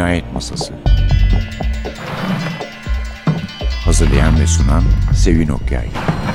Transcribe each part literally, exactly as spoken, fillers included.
Cinayet Masası. Hazırlayan ve sunan Sevin Okyay.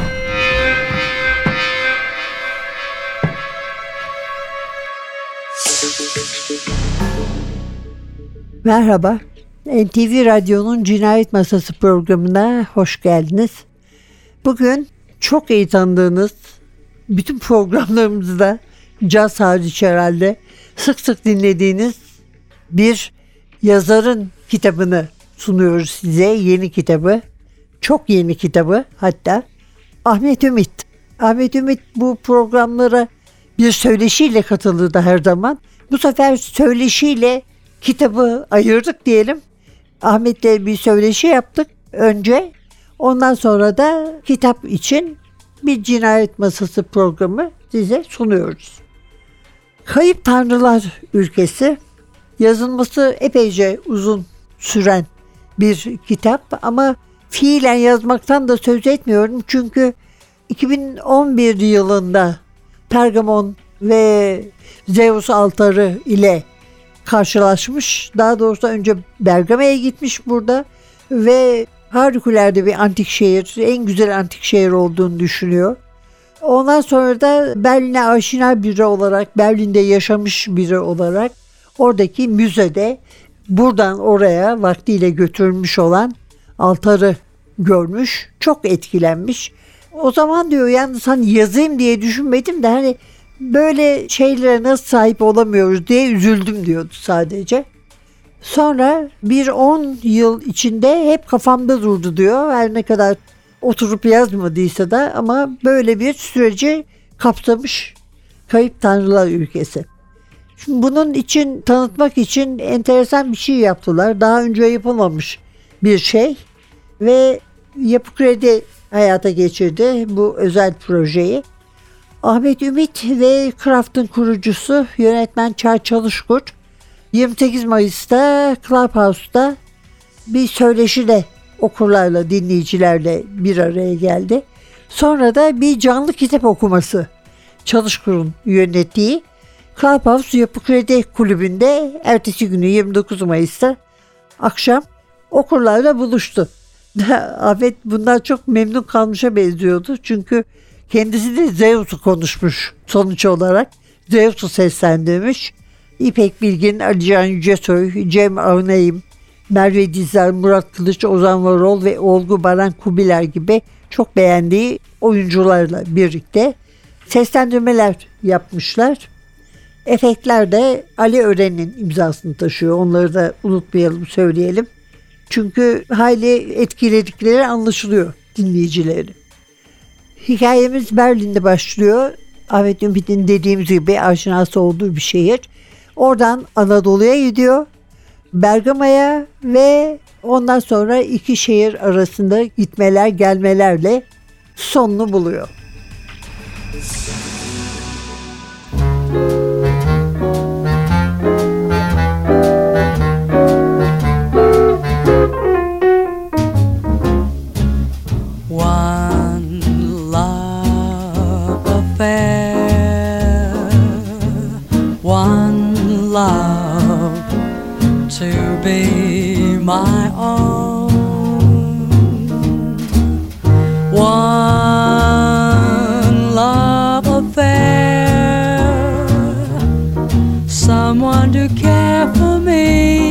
Merhaba, N T V Radyo'nun Cinayet Masası programına hoş geldiniz. Bugün çok iyi tanıdığınız, bütün programlarımızda caz hariç herhalde sık sık dinlediğiniz bir yazarın kitabını sunuyoruz size. Yeni kitabı, çok yeni kitabı hatta. Ahmet Ümit. Ahmet Ümit bu programlara bir söyleşiyle katılırdı her zaman. Bu sefer söyleşiyle kitabı ayırdık diyelim. Ahmet'le bir söyleşi yaptık önce. Ondan sonra da kitap için bir cinayet masası programı size sunuyoruz. Kayıp Tanrılar Ülkesi yazılması epeyce uzun süren bir kitap ama fiilen yazmaktan da söz etmiyorum çünkü iki bin on bir yılında Pergamon ve Zeus altarı ile karşılaşmış. Daha doğrusu önce Bergama'ya gitmiş burada ve harikulade bir antik şehir, en güzel antik şehir olduğunu düşünüyor. Ondan sonra da Berlin'e aşina biri olarak, Berlin'de yaşamış biri olarak oradaki müzede buradan oraya vaktiyle götürülmüş olan altarı görmüş. Çok etkilenmiş. O zaman diyor yalnız hani yazayım diye düşünmedim de hani böyle şeylere nasıl sahip olamıyoruz diye üzüldüm diyordu sadece. Sonra bir on yıl içinde hep kafamda durdu diyor. Her ne kadar oturup yazmadıysa da ama böyle bir süreci kapsamış Kayıp Tanrılar Ülkesi. Şimdi bunun için tanıtmak için enteresan bir şey yaptılar. Daha önce yapılmamış bir şey ve Yapı Kredi hayata geçirdi bu özel projeyi. Ahmet Ümit ve Kraft'ın kurucusu yönetmen Çağ Çalışkurt yirmi sekiz Mayıs'ta Clubhouse'da bir söyleşiyle okurlarla, dinleyicilerle bir araya geldi. Sonra da bir canlı kitap okuması Çalışkur'un yönettiği Clubhouse Yapı Kredi Kulübü'nde ertesi günü yirmi dokuz Mayıs'ta akşam okurlarla buluştu. Ahmet bundan çok memnun kalmışa benziyordu. Çünkü kendisi de Zeus'u konuşmuş sonuç olarak. Zeus'u seslendirmiş. İpek Bilgin, Alican Yücesoy, Cem Arnayim, Merve Dizer, Murat Kılıç, Ozan Varol ve Olgu Baran Kubiler gibi çok beğendiği oyuncularla birlikte seslendirmeler yapmışlar. Efektler de Ali Ören'in imzasını taşıyor. Onları da unutmayalım, söyleyelim. Çünkü hayli etkiledikleri anlaşılıyor dinleyicileri. Hikayemiz Berlin'de başlıyor. Ahmet Ümit'in dediğimiz gibi aşinası olduğu bir şehir. Oradan Anadolu'ya gidiyor. Bergama'ya ve ondan sonra iki şehir arasında gitmeler gelmelerle sonunu buluyor. My own one love affair, someone to care for me,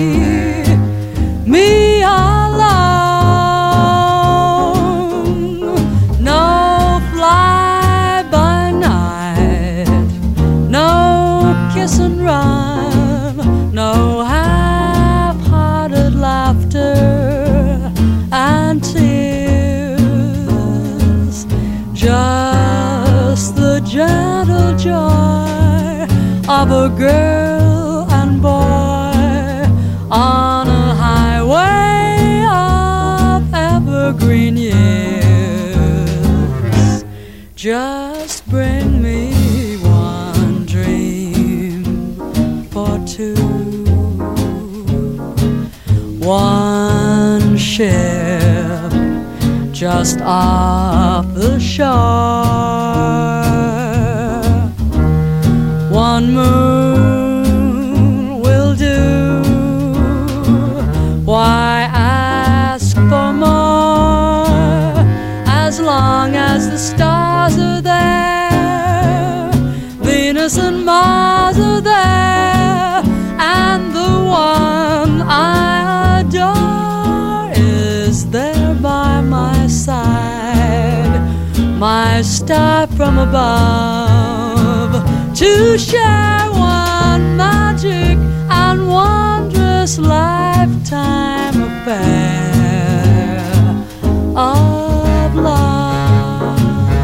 me alone. No fly by night, no kiss and run, no laughter and tears, just the gentle joy of a girl and boy on a highway of evergreen years. Just bring me one dream for two, one ship just off the shore, one moon will do, long as the stars are there, Venus and Mars are there, and the one I adore is there by my side, my star from above, to share one magic and wondrous lifetime affair of love.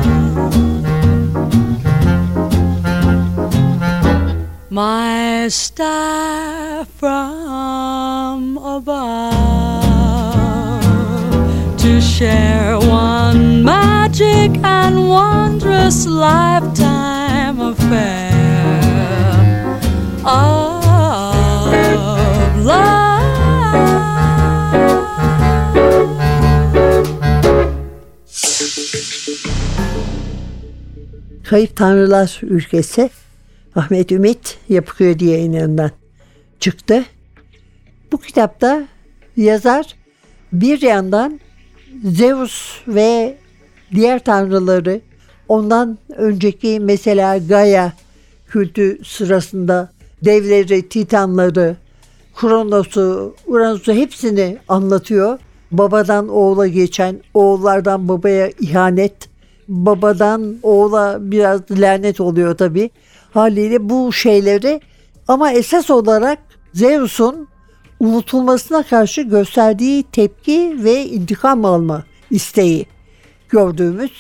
My star from above, to share one magic and wondrous lifetime affair of love. Kayıp Tanrılar Ülkesi Ahmet Ümit Yapı Kredi Yayınları'ndan çıktı. Bu kitapta yazar bir yandan Zeus ve diğer tanrıları, ondan önceki mesela Gaia kültü sırasında devleri, titanları, Kronos'u, Uranüs'ü hepsini anlatıyor. Babadan oğula geçen, oğullardan babaya ihanet, babadan oğula biraz lanet oluyor tabii. Haliyle bu şeyleri, ama esas olarak Zeus'un unutulmasına karşı gösterdiği tepki ve intikam alma isteği gördüğümüz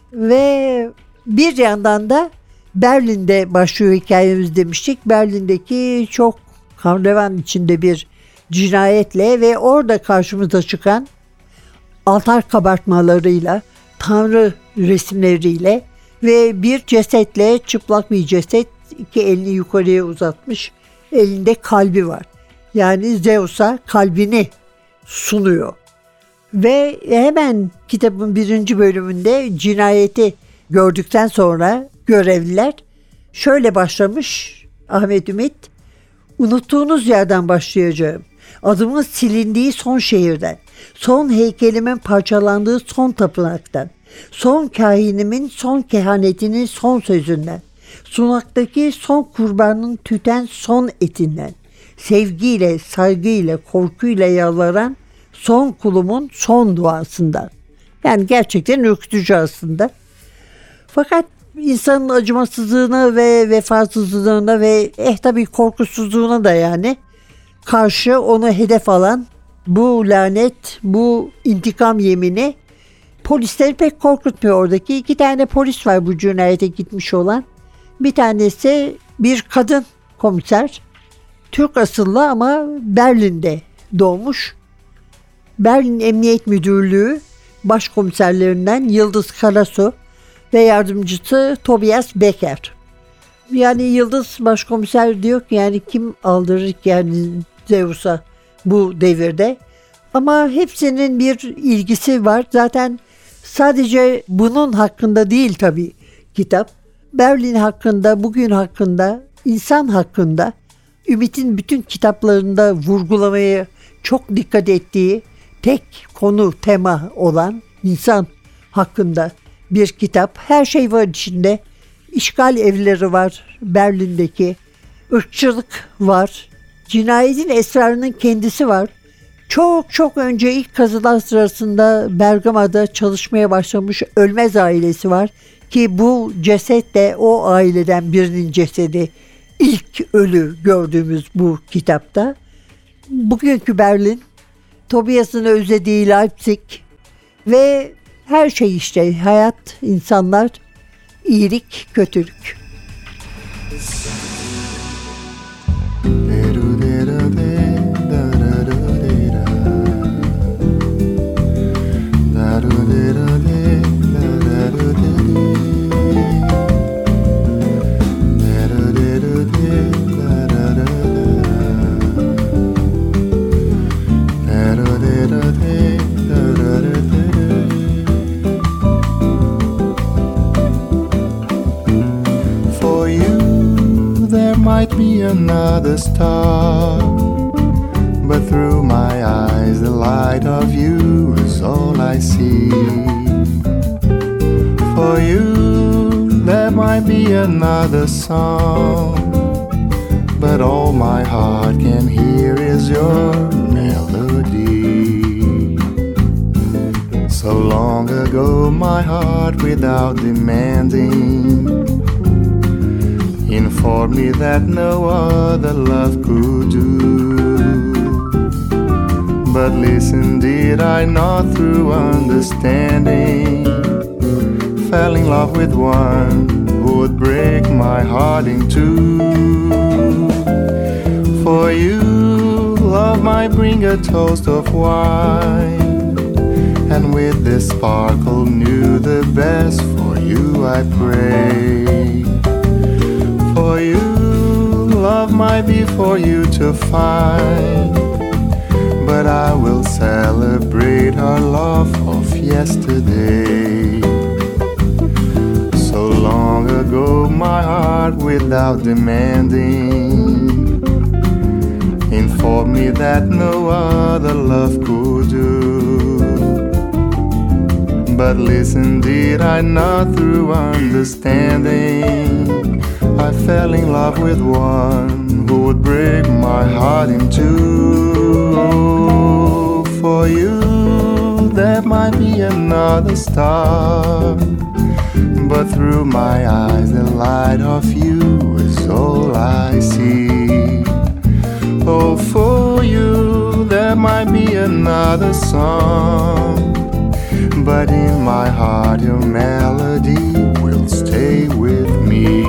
ve bir yandan da Berlin'de başlıyor hikayemiz demiştik. Berlin'deki çok kanrevan içinde bir cinayetle ve orada karşımıza çıkan altar kabartmalarıyla, tanrı resimleriyle ve bir cesetle, çıplak bir ceset, iki elini yukarıya uzatmış, elinde kalbi var. Yani Zeus'a kalbini sunuyor. Ve hemen kitabın birinci bölümünde cinayeti gördükten sonra görevliler şöyle başlamış Ahmet Ümit: unuttuğunuz yerden başlayacağım. Adımın silindiği son şehirden, son heykelimin parçalandığı son tapınaktan, son kahinimin son kehanetinin son sözünden, sunaktaki son kurbanın tüten son etinden, sevgiyle, saygıyla, korkuyla yalvaran son kulumun son duasından. Yani gerçekten ürkütücü aslında. Fakat insanın acımasızlığına ve vefasızlığına ve eh tabii korkusuzluğuna da yani karşı onu hedef alan bu lanet, bu intikam yemini polisleri pek korkutmuyor. Oradaki iki tane polis var bu cinayete gitmiş olan. Bir tanesi bir kadın komiser, Türk asıllı ama Berlin'de doğmuş. Berlin Emniyet Müdürlüğü başkomiserlerinden Yıldız Karasu ve yardımcısı Tobias Becker. Yani Yıldız başkomiser diyor ki yani kim aldırır ki yani Zeus'a bu devirde. Ama hepsinin bir ilgisi var. Zaten sadece bunun hakkında değil tabii kitap. Berlin hakkında, bugün hakkında, insan hakkında, Ümit'in bütün kitaplarında vurgulamaya çok dikkat ettiği tek konu, tema olan insan hakkında bir kitap. Her şey var içinde. İşgal evleri var Berlin'deki. Irkçılık var. Cinayetin esrarının kendisi var. Çok çok önce ilk kazılar sırasında Bergama'da çalışmaya başlamış Ölmez ailesi var. Ki bu ceset de o aileden birinin cesedi. İlk ölü gördüğümüz bu kitapta. Bugünkü Berlin, Tobias'ın özlediği Leipzig ve her şey işte hayat, insanlar, iyilik, kötülük. Might be another star, but through my eyes the light of you is all I see. For you, there might be another song, but all my heart can hear is your melody. So long ago, my heart, without demanding, informed me that no other love could do. But listen, did I not through understanding fell in love with one who would break my heart in two? For you, love might bring a toast of wine, and with this sparkle new, the best for you I pray. For you, love might be for you to find, but I will celebrate our love of yesterday. So long ago, my heart, without demanding, informed me that no other love could do. But listen, did I not through understanding, I fell in love with one who would break my heart in two. For you, there might be another star, but through my eyes the light of you is all I see. Oh, for you, there might be another song, but in my heart your melody will stay with me.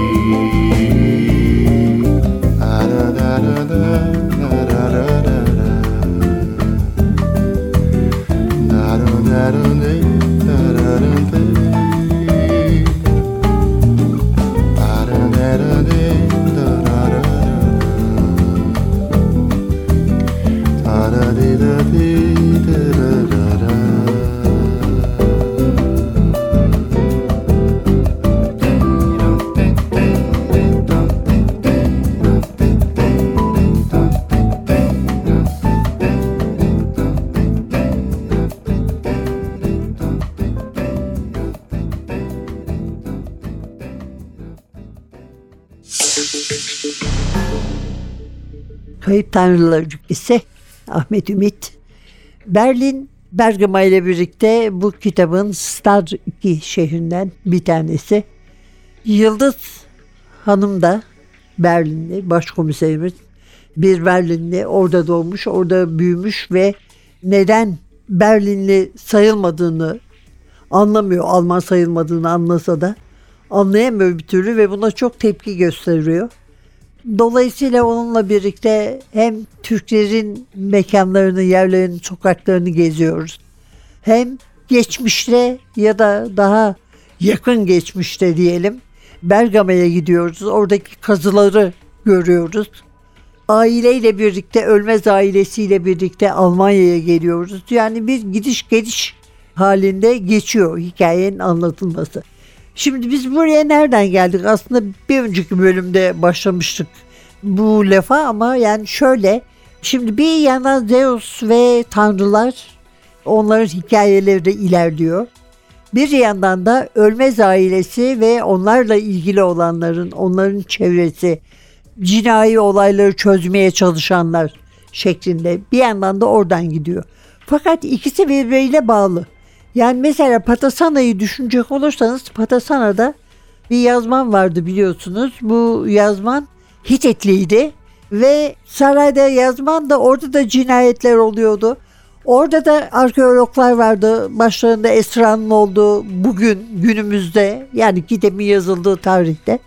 Kayıp Tanrılar Ülkesi, Ahmet Ümit. Berlin, Bergama ile birlikte bu kitabın Star iki şehrinden bir tanesi. Yıldız Hanım da Berlinli, başkomiserimiz. Bir Berlinli, orada doğmuş, orada büyümüş ve neden Berlinli sayılmadığını anlamıyor. Alman sayılmadığını anlasa da anlayamıyor bir türlü ve buna çok tepki gösteriyor. Dolayısıyla onunla birlikte hem Türklerin mekanlarını, yerlerini, sokaklarını geziyoruz. Hem geçmişte ya da daha yakın geçmişte diyelim Bergama'ya gidiyoruz. Oradaki kazıları görüyoruz. Aileyle birlikte, Ölmez ailesiyle birlikte Almanya'ya geliyoruz. Yani bir gidiş geliş halinde geçiyor hikayenin anlatılması. Şimdi biz buraya nereden geldik? Aslında bir önceki bölümde başlamıştık bu lafa ama yani şöyle. Şimdi bir yandan Zeus ve tanrılar, onların hikayeleri de ilerliyor. Bir yandan da Ölmez ailesi ve onlarla ilgili olanların, onların çevresi, cinayi olayları çözmeye çalışanlar şeklinde bir yandan da oradan gidiyor. Fakat ikisi birbiriyle bağlı. Yani mesela Patasana'yı düşünecek olursanız Patasana'da bir yazman vardı biliyorsunuz. Bu yazman Hititliydi ve sarayda yazman da orada da cinayetler oluyordu. Orada da arkeologlar vardı. Başlarında Esra'nın olduğu bugün günümüzde yani kitabın yazıldığı tarihte.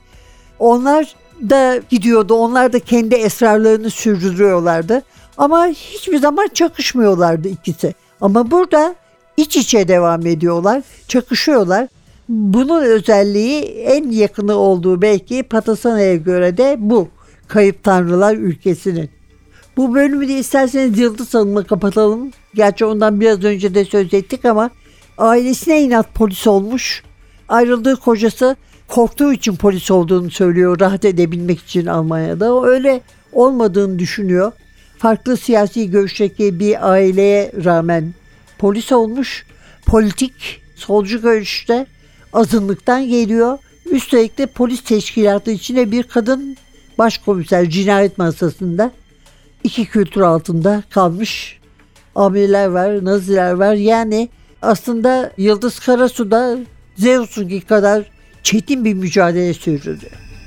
Onlar da gidiyordu. Onlar da kendi esrarlarını sürdürüyorlardı. Ama hiçbir zaman çakışmıyorlardı ikisi. Ama burada İç içe devam ediyorlar, çakışıyorlar. Bunun özelliği en yakını olduğu belki Patasana'ya göre de bu. Kayıp Tanrılar Ülkesi'nin. Bu bölümü de isterseniz Yıldız Hanım'la kapatalım. Gerçi ondan biraz önce de söz ettik ama ailesine inat polis olmuş. Ayrıldığı kocası korktuğu için polis olduğunu söylüyor. Rahat edebilmek için Almanya'da. O öyle olmadığını düşünüyor. Farklı siyasi görüşteki bir aileye rağmen polis olmuş, politik, solcu görüşte azınlıktan geliyor. Üstelik de polis teşkilatı içinde bir kadın başkomiser cinayet masasında. İki kültür altında kalmış abiler var, naziler var. Yani aslında Yıldız Karasu da Zeus'unki kadar çetin bir mücadele sürdürdü.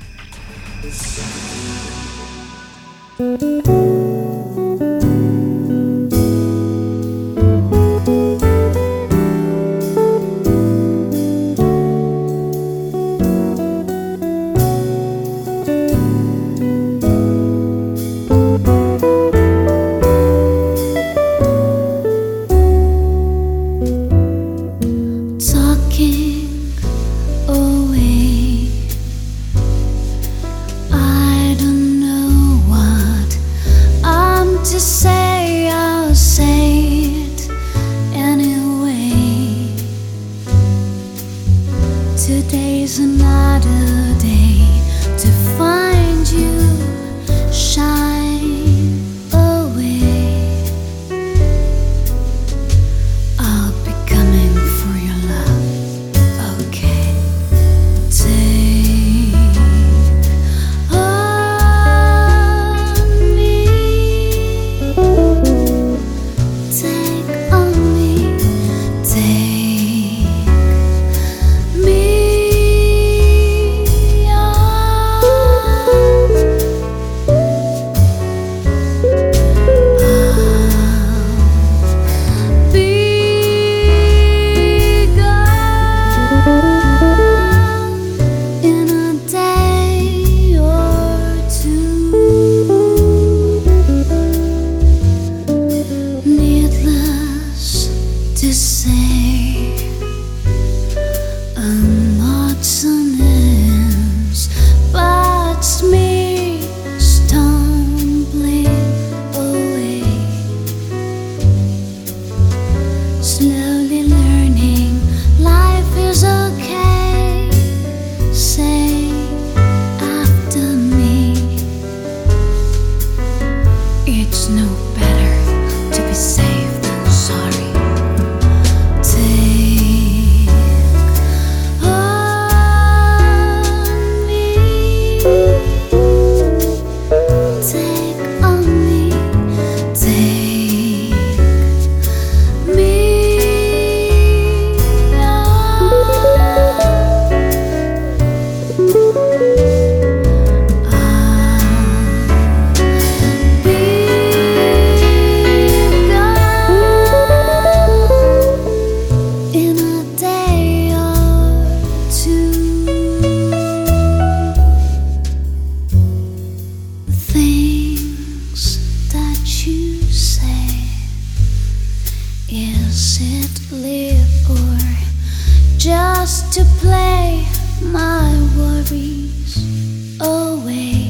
Today's another day to find you shine away. I'll be coming for your love, okay? Take on me, take on me, take slowly learning life is okay. Say after me, it's no better to be safe than sorry. Take on me, take on me, take is it live or just to play my worries away?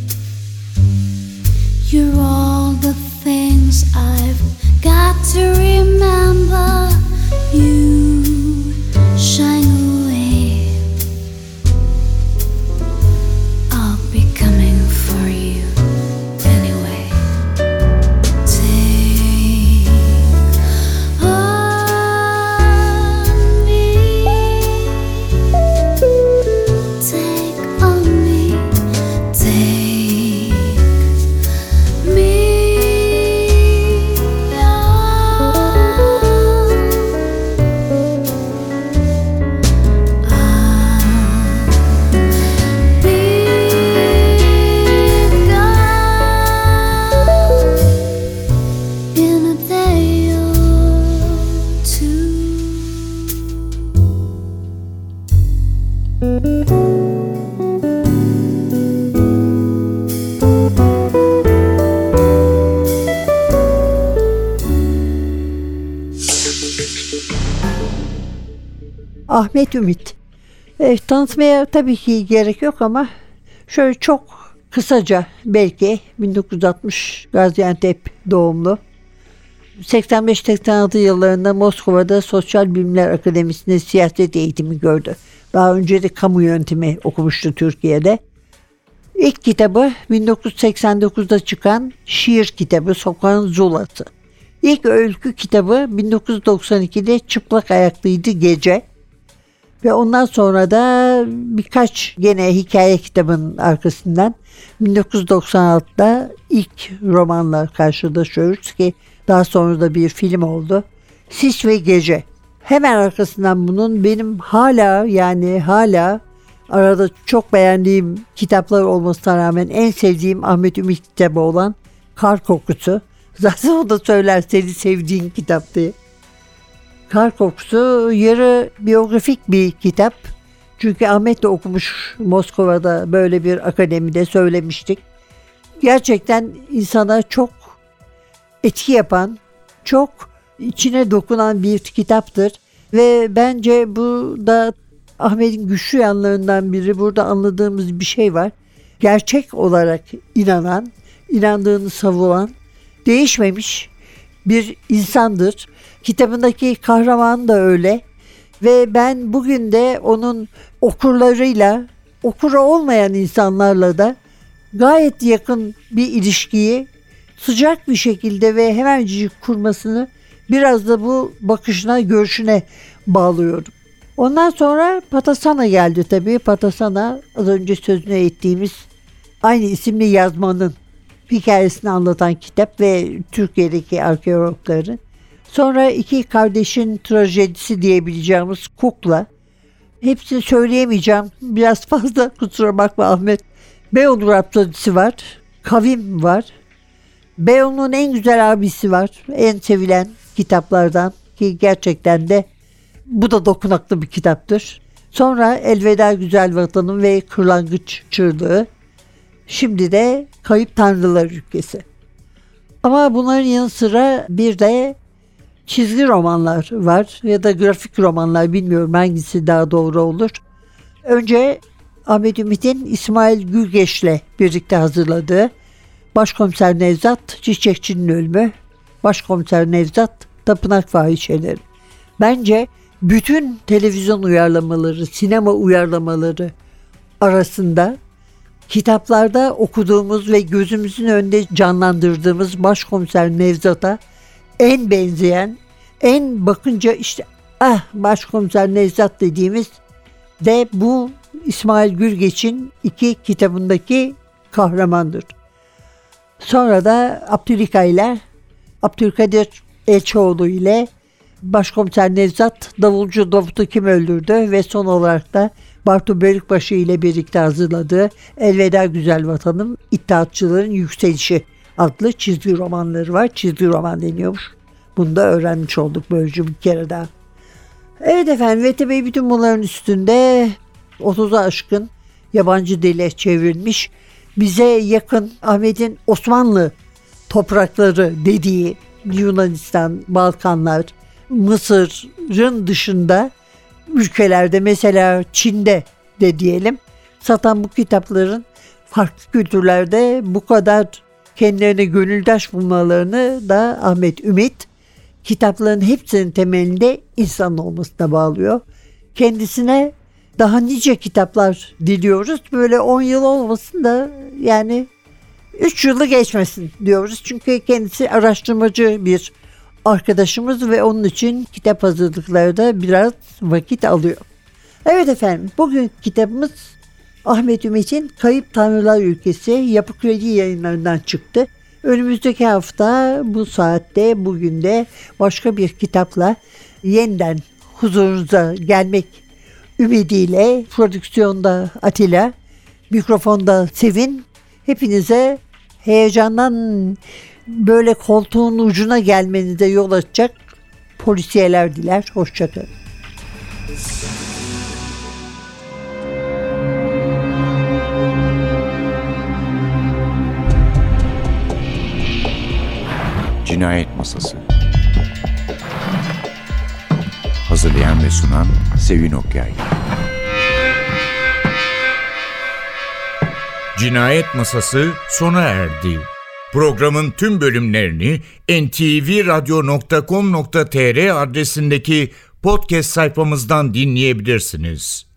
You're all the things I've got to remember. You shine away. I'll be coming for you anyway. Take on me, take on me, take me Ahmet Ümit. E, tanıtmaya tabii ki gerek yok ama şöyle çok kısaca belki bin dokuz yüz altmış Gaziantep doğumlu. seksen beş seksen altı yıllarında Moskova'da Sosyal Bilimler Akademisi'nde siyaset eğitimi gördü. Daha önce de kamu yönetimi okumuştu Türkiye'de. İlk kitabı bin dokuz yüz seksen dokuzda çıkan şiir kitabı Sokağın Zulası. İlk öykü kitabı bin dokuz yüz doksan ikide Çıplak Ayaklıydı Gece. Ve ondan sonra da birkaç gene hikaye kitabının arkasından bin dokuz yüz doksan altıda ilk romanla karşılaşıyoruz ki daha sonra da bir film oldu. Sis ve Gece. Hemen arkasından bunun benim hala yani hala arada çok beğendiğim kitaplar olmasına rağmen en sevdiğim Ahmet Ümit kitabı olan Kar Kokusu. Zaten o da söyler seni sevdiğin kitap diye. Kar Kokusu yarı biyografik bir kitap. Çünkü Ahmet de okumuş Moskova'da böyle bir akademide söylemiştik. Gerçekten insana çok etki yapan, çok içine dokunan bir kitaptır. Ve bence bu da Ahmet'in güçlü yanlarından biri. Burada anladığımız bir şey var. Gerçek olarak inanan, inandığını savunan, değişmemiş bir insandır. Kitabındaki kahraman da öyle. Ve ben bugün de onun okurlarıyla, okuru olmayan insanlarla da gayet yakın bir ilişkiyi sıcak bir şekilde ve hemencik kurmasını biraz da bu bakışına, görüşüne bağlıyorum. Ondan sonra Patasana geldi tabii. Patasana az önce sözünü ettiğimiz aynı isimli yazmanın hikayesini anlatan kitap ve Türkiye'deki arkeologların. Sonra iki kardeşin trajedisi diyebileceğimiz Kukla. Hepsini söyleyemeyeceğim. Biraz fazla kusura bakma Ahmet. Beyoğlu Rapsodisi var. Kavim var. Beyoğlu'nun en güzel abisi var. En sevilen kitaplardan ki gerçekten de bu da dokunaklı bir kitaptır. Sonra Elveda Güzel Vatanım ve Kırlangıç Çığlığı. Şimdi de Kayıp Tanrılar Ülkesi. Ama bunların yanı sıra bir de çizgi romanlar var ya da grafik romanlar, bilmiyorum hangisi daha doğru olur. Önce Ahmet Ümit'in İsmail Gülgeç'le birlikte hazırladığı Başkomiser Nevzat Çiçekçinin Ölümü, Başkomiser Nevzat Tapınak Fahişeleri. Bence bütün televizyon uyarlamaları, sinema uyarlamaları arasında kitaplarda okuduğumuz ve gözümüzün önünde canlandırdığımız Başkomiser Nevzat'a en benzeyen, en bakınca işte ah Başkomiser Nevzat dediğimiz de bu İsmail Gülgeç'in iki kitabındaki kahramandır. Sonra da Abdülika ile Abdülkadir Elçioğlu ile Başkomiser Nevzat Davulcu Davut'u kim öldürdü ve son olarak da Bartu Bölükbaşı ile birlikte hazırladığı Elveda Güzel Vatanım, İttihatçıların Yükselişi adlı çizgi romanları var. Çizgi roman deniyormuş. Bunu da öğrenmiş olduk böylece bir kere daha. Evet efendim, V T B bütün bunların üstünde otuza aşkın yabancı dile çevrilmiş, bize yakın Ahmet'in Osmanlı toprakları dediği Yunanistan, Balkanlar, Mısır'ın dışında ülkelerde, mesela Çin'de de diyelim, satan bu kitapların farklı kültürlerde bu kadar kendilerine gönüldaş bulmalarını da Ahmet Ümit kitapların hepsinin temelinde insan olmasına bağlıyor. Kendisine daha nice kitaplar diliyoruz. Böyle on yıl olmasın da yani üç yılı geçmesin diyoruz. Çünkü kendisi araştırmacı bir arkadaşımız ve onun için kitap hazırlıkları da biraz vakit alıyor. Evet efendim, bugün kitabımız Ahmet Ümit'in Kayıp Tanrılar Ülkesi, Yapı Kredi Yayınlarından çıktı. Önümüzdeki hafta bu saatte, bugün de başka bir kitapla yeniden huzurunuza gelmek ümidiyle, prodüksiyonda Atilla, mikrofonda Sevin, hepinize heyecandan böyle koltuğun ucuna gelmenize yol açacak polisiyeler diler. Hoşça kalın. Cinayet Masası. Hazırlayan ve sunan Sevin Okyay. Cinayet Masası sona erdi. Programın tüm bölümlerini en te ve radyo nokta com nokta tr adresindeki podcast sayfamızdan dinleyebilirsiniz.